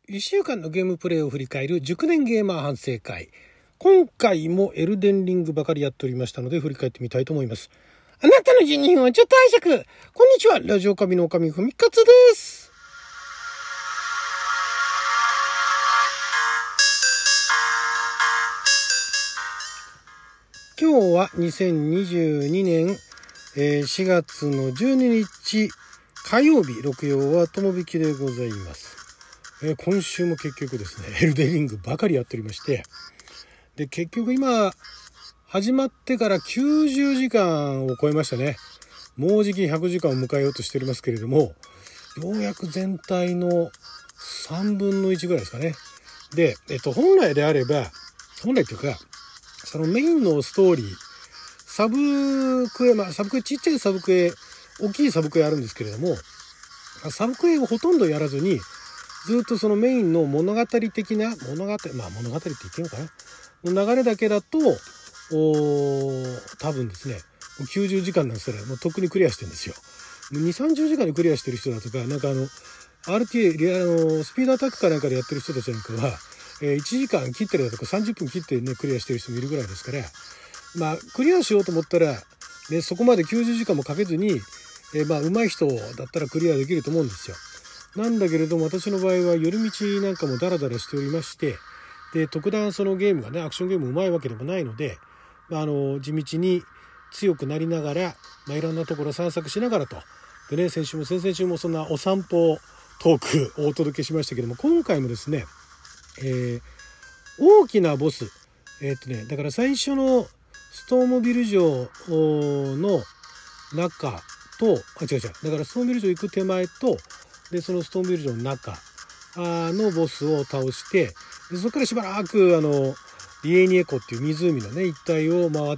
1週間のゲームプレイを振り返る熟年ゲーマー反省会。今回もエルデンリングばかりやっておりましたので振り返ってみたいと思います。あなたの12分はちょっと拝借。こんにちは、ラジオ神の神ふみかつです。今日は2022年4月の12日火曜日、六曜は友引きでございます。今週も結局ですね、エルデンリングばかりやっておりまして、で結局今始まってから90時間を超えましたね。もうじき100時間を迎えようとしておりますけれども、ようやく全体の3分の1ぐらいですかね。で、本来であれば、本来というかそのメインのストーリー、サブクエ、ちっちゃいサブクエ、大きいサブクエあるんですけれども、サブクエをほとんどやらずにずっとそのメインの物語的な物語って言っていいのかな、流れだけだと多分ですね90時間なんですから、もうとっくにクリアしてるんですよ。2、30時間でクリアしてる人だとか、なんかRTA スピードアタックかなんかでやってる人たちなんかは1時間切ってるだとか30分切ってねクリアしてる人もいるぐらいですから、まあクリアしようと思ったらね、そこまで90時間もかけずに上手い人だったらクリアできると思うんですよ。なんだけれども、私の場合は寄り道なんかもダラダラしておりまして、で特段そのゲームがねアクションゲームうまいわけでもないので、地道に強くなりながら、いろんなところ散策しながらと。でね、先々週もそんなお散歩トークをお届けしましたけども、今回もですね、大きなボス、だから最初のストームビル城の中と、だからストームビル城行く手前と、でそのストーンビル城の中のボスを倒して、でそこからしばらくリエニエ湖っていう湖のね一帯を回って、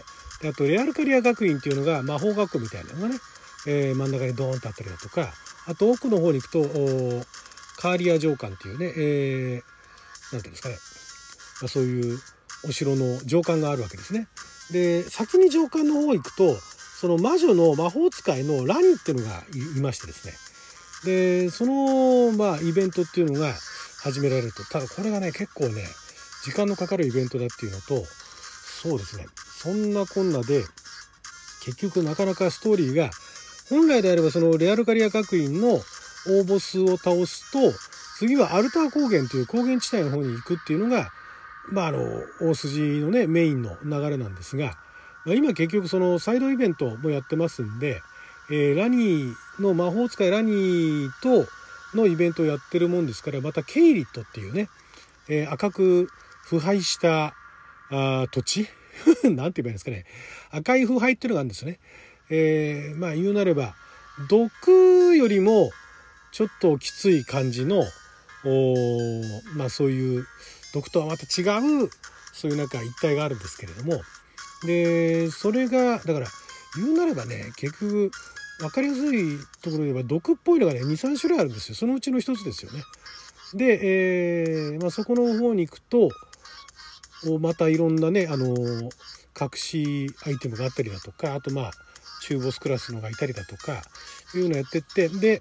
であとレアルカリア学院っていうのが魔法学校みたいなのがね、真ん中にドーンとあったりだとか、あと奥の方に行くとカーリア城館っていうね、なんていうんですかね、そういうお城の城館があるわけですね。で先に城館の方行くと、その魔女の魔法使いのラニっていうのがいましてですね、でそのイベントっていうのが始められると。ただこれがね結構ね時間のかかるイベントだっていうのと、そうですね、そんなこんなで結局なかなかストーリーが、本来であればそのレアルカリア学院の大ボスを倒すと次はアルター高原という高原地帯の方に行くっていうのが大筋のねメインの流れなんですが、今結局そのサイドイベントもやってますんで、ラニーの魔法使いラニーとのイベントをやってるもんですから、またケイリットっていうね、赤く腐敗した土地なんて言えばいいんですかね、赤い腐敗っていうのがあるんですね。言うなれば毒よりもちょっときつい感じのそういう毒とはまた違うそういうなんか一体があるんですけれども、でそれがだから言うなればね、結局分かりやすいところで言えば毒っぽいのがね 2,3 種類あるんですよ。そのうちの一つですよね。で、そこの方に行くとまたいろんなね隠しアイテムがあったりだとか、あと中ボスクラスのがいたりだとかいうのをやってって、で、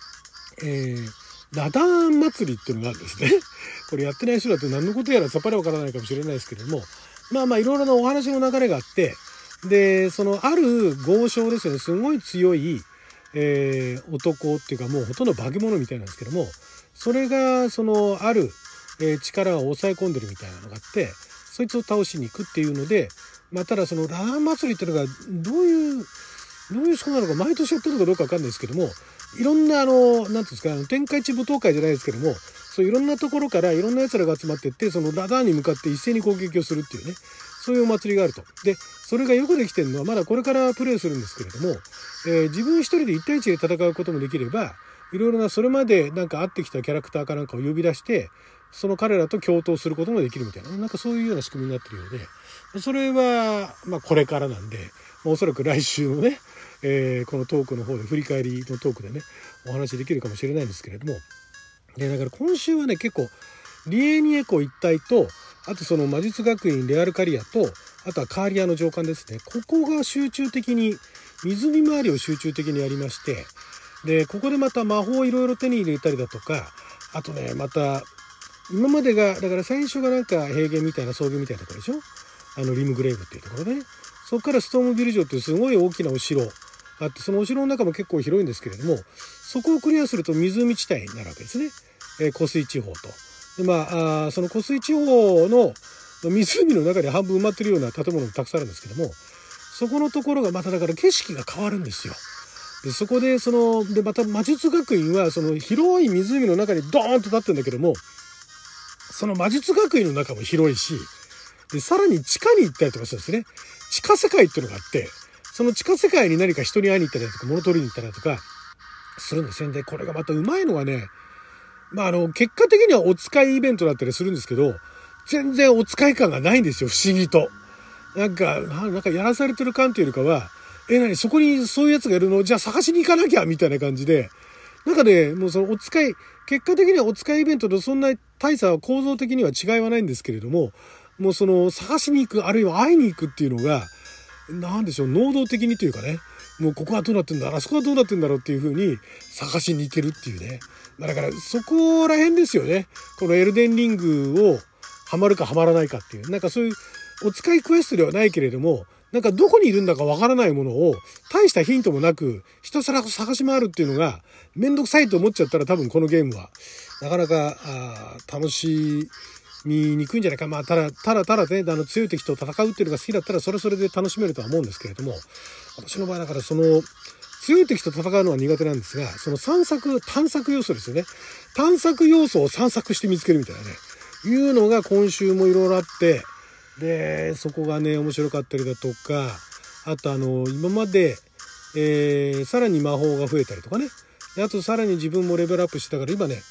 ラダーン祭りっていうのがあるんですね。これやってない人だと何のことやらさっぱりわからないかもしれないですけれども、いろいろなお話の流れがあって、でそのある豪商ですよね、すごい強い、男っていうかもうほとんど化け物みたいなんですけども、それがそのある、力を抑え込んでるみたいなのがあって、そいつを倒しに行くっていうので、ただそのラーン祭りっていうのがどういう思考なのか、毎年やってるのかどうか分かんないですけども、いろんななんていうんですか、天下一舞踏会じゃないですけども、そういろんなところからいろんな奴らが集まってって、そのラダーンに向かって一斉に攻撃をするっていうね、そういうお祭りがあると。でそれがよくできてるのはまだこれからプレイするんですけれども、自分一人で1対1で戦うこともできれば、いろいろなそれまでなんか会ってきたキャラクターかなんかを呼び出してその彼らと共闘することもできるみたいな、なんかそういうような仕組みになってるようで、それはこれからなんで、おそらく来週のね、このトークの方で振り返りのトークでねお話できるかもしれないんですけれども、だから今週はね結構リエニエ湖一帯と、あとその魔術学院レアルカリアと、あとはカーリアの城館ですね、ここが集中的に湖回りを集中的にやりまして、でここでまた魔法をいろいろ手に入れたりだとか、 あとねまた今までがだから最初がなんか平原みたいな草原みたいなところでしょ、リムグレイブっていうところでね、そこからストームビル城っていうすごい大きなお城あって、そのお城の中も結構広いんですけれども、そこをクリアすると湖地帯になるわけですね、湖水地方と。でその湖水地方の湖の中で半分埋まってるような建物がたくさんあるんですけども、そこのところがまただから景色が変わるんですよ。でそこででまた魔術学院はその広い湖の中にドーンと立ってるんだけども、その魔術学院の中も広いし、でさらに地下に行ったりとかするんですね。地下世界っていうのがあって、その地下世界に何か人に会いに行ったりとか物取りに行ったりとかするんですね。でこれがまたうまいのがね、結果的にはお使いイベントだったりするんですけど、全然お使い感がないんですよ、不思議と。なんかやらされてる感というよりかは、何そこにそういうやつがいるの、じゃあ探しに行かなきゃみたいな感じで、なんかね、もうそのお使い、結果的にはお使いイベントとそんな大差は構造的には違いはないんですけれども、もうその探しに行く、あるいは会いに行くっていうのが、なんでしょう、能動的にというかね、もうここはどうなってんだ、あそこはどうなってんだろうっていう風に探しに行けるっていうね。だからそこら辺ですよね。このエルデンリングをハマるかハマらないかっていう。なんかそういうお使いクエストではないけれども、なんかどこにいるんだかわからないものを大したヒントもなくひたすら探し回るっていうのがめんどくさいと思っちゃったら、多分このゲームはなかなか楽しみにくいんじゃないか。ただね、強い敵と戦うっていうのが好きだったらそれで楽しめるとは思うんですけれども、私の場合だからその強い敵と戦うのは苦手なんですが、その探索要素ですよね。探索要素を散策して見つけるみたいなね、いうのが今週もいろいろあって、でそこがね面白かったりだとか、あと今まで、さらに魔法が増えたりとかね、であとさらに自分もレベルアップしてたから今ね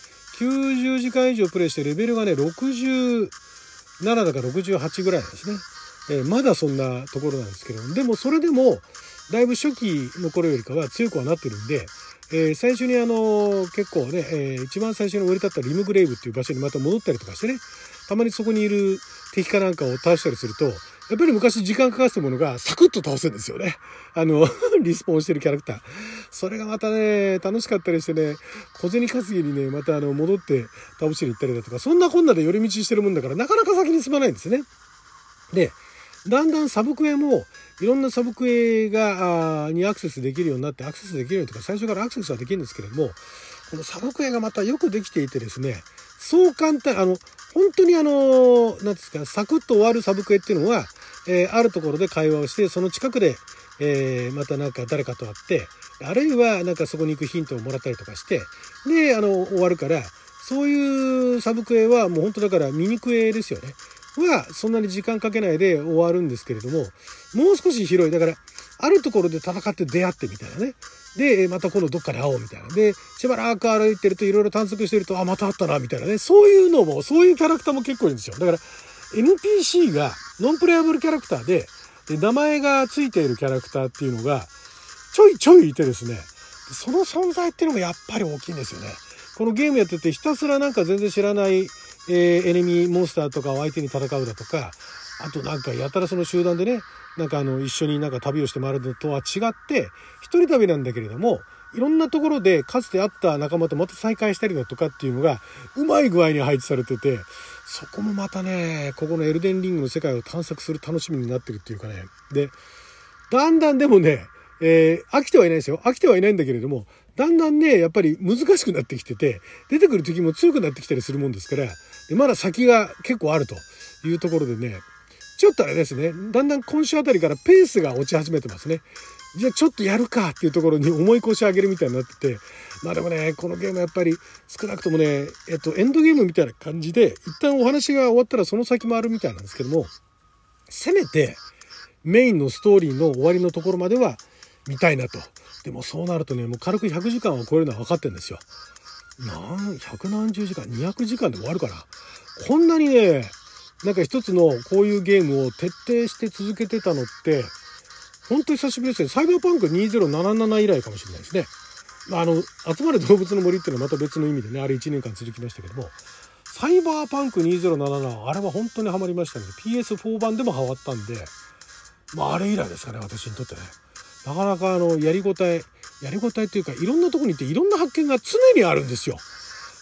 90時間以上プレイしてレベルがね67だか68ぐらいなんですね。まだそんなところなんですけど、でもそれでもだいぶ初期の頃よりかは強くはなってるんで、最初に結構ね、一番最初に降り立ったリムグレイブっていう場所にまた戻ったりとかしてね、たまにそこにいる敵かなんかを倒したりすると、やっぱり昔時間かかってたものがサクッと倒せるんですよね。リスポーンしてるキャラクター。それがまたね、楽しかったりしてね、小銭稼ぎにね、また戻って倒しに行ったりだとか、そんなこんなで寄り道してるもんだから、なかなか先に進まないんですね。で、だんだんサブクエも、いろんなサブクエにアクセスできるようになって、アクセスできるようにとか、最初からアクセスはできるんですけれども、このサブクエがまたよくできていてですね、そう簡単、本当になんですか、サクッと終わるサブクエっていうのは、あるところで会話をして、その近くで、またなんか誰かと会って、あるいはなんかそこに行くヒントをもらったりとかして、で、終わるから、そういうサブクエはもう本当だからミニクエですよね。はそんなに時間かけないで終わるんですけれども、もう少し広い。だから、あるところで戦って出会ってみたいなね。で、また今度どっかで会おうみたいな。で、しばらく歩いてるといろいろ探索してると、また会ったなみたいなね。そういうのも、そういうキャラクターも結構いるんですよ。だから、NPC がノンプレイヤブルキャラクターで、名前がついているキャラクターっていうのが、ちょいちょいいてですね、その存在っていうのもやっぱり大きいんですよね。このゲームやっててひたすらなんか全然知らないエネミーモンスターとかを相手に戦うだとか、あとなんかやたらその集団でね、なんか一緒になんか旅をして回るのとは違って、一人旅なんだけれども、いろんなところでかつて会った仲間とまた再会したりだとかっていうのがうまい具合に配置されてて、そこもまたね、ここのエルデンリングの世界を探索する楽しみになってるっていうかね。で、だんだんでもね、飽きてはいないですよ。飽きてはいないんだけれども、だんだんね、やっぱり難しくなってきてて、出てくる敵も強くなってきたりするもんですから、でまだ先が結構あるというところでね、ちょっとあれですね、だんだん今週あたりからペースが落ち始めてますね。じゃあちょっとやるかっていうところに重い腰上げるみたいになってて、まあでもね、このゲームはやっぱり少なくともね、エンドゲームみたいな感じで、一旦お話が終わったらその先もあるみたいなんですけども、せめてメインのストーリーの終わりのところまでは見たいなと。でもそうなるとね、もう軽く100時間を超えるのは分かってるんですよ。100何十時間、200時間で終わるから。こんなにね、なんか一つのこういうゲームを徹底して続けてたのって、本当に久しぶりですね。サイバーパンク2077以来かもしれないですね。集まる動物の森っていうのはまた別の意味でね、あれ1年間続きましたけども、サイバーパンク2077、あれは本当にハマりましたね。PS4 版でもハマったんで、あれ以来ですかね、私にとってね。なかなかやりごたえっていうか、いろんなとこに行っていろんな発見が常にあるんですよ。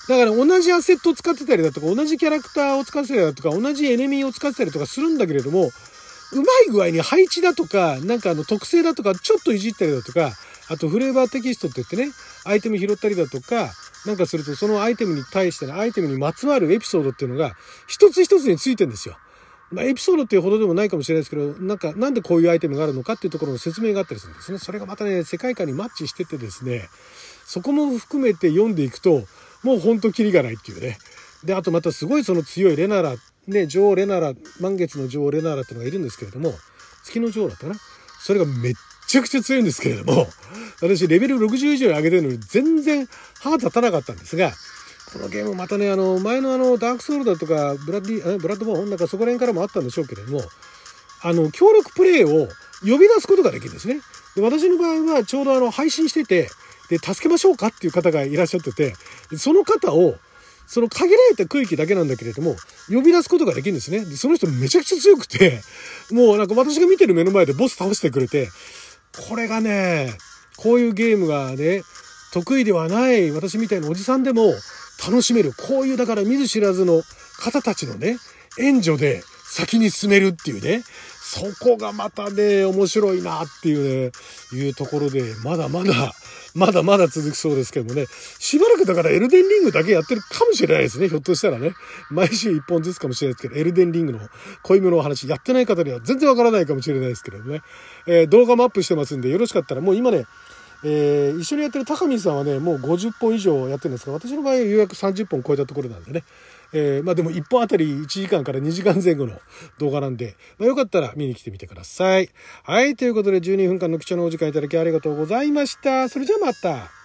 だから同じアセットを使ってたりだとか、同じキャラクターを使ってたりだとか、同じエネミーを使ってたりとかするんだけれども、うまい具合に配置だとか、なんか特性だとか、ちょっといじったりだとか、あとフレーバーテキストって言ってね、アイテム拾ったりだとか、なんかするとそのアイテムに対してのアイテムにまつわるエピソードっていうのが一つ一つについてるんですよ。まあエピソードっていうほどでもないかもしれないですけど、なんでこういうアイテムがあるのかっていうところの説明があったりするんですね。それがまたね、世界観にマッチしててですね、そこも含めて読んでいくと、もうほんとキリがないっていうね。で、あとまたすごいその強いレナラ、ね、女王レナラ、満月の女王レナラっていうのがいるんですけれども、月の女王だったかな。それがめっちゃくちゃ強いんですけれども、私レベル60以上に上げてるのに全然歯立たなかったんですが、このゲームまたね、前のダークソウルだとか、ブラッドボーン、なんかそこら辺からもあったんでしょうけれども、協力プレイを呼び出すことができるんですね。で、私の場合はちょうど配信してて、で、助けましょうかっていう方がいらっしゃってて、その方を、その限られた区域だけなんだけれども、呼び出すことができるんですね。で、その人めちゃくちゃ強くて、もうなんか私が見てる目の前でボス倒してくれて、これがね、こういうゲームがね、得意ではない私みたいなおじさんでも楽しめる。こういうだから見ず知らずの方たちのね、援助で先に進めるっていうね、そこがまたね、面白いなっていうね、いうところで、まだまだ続きそうですけどもね、しばらくだからエルデンリングだけやってるかもしれないですね。ひょっとしたらね、毎週1本ずつかもしれないですけど、エルデンリングの濃いめのお話やってない方には全然わからないかもしれないですけどもね、動画もアップしてますんで、よろしかったらもう今ね、一緒にやってる高見さんはね、もう50本以上やってるんですが、私の場合はようやく30本超えたところなんでね、まあでも1本あたり1時間から2時間前後の動画なんで、まあ、よかったら見に来てみてください。はい、ということで12分間の貴重なお時間いただきありがとうございました。それじゃあまた。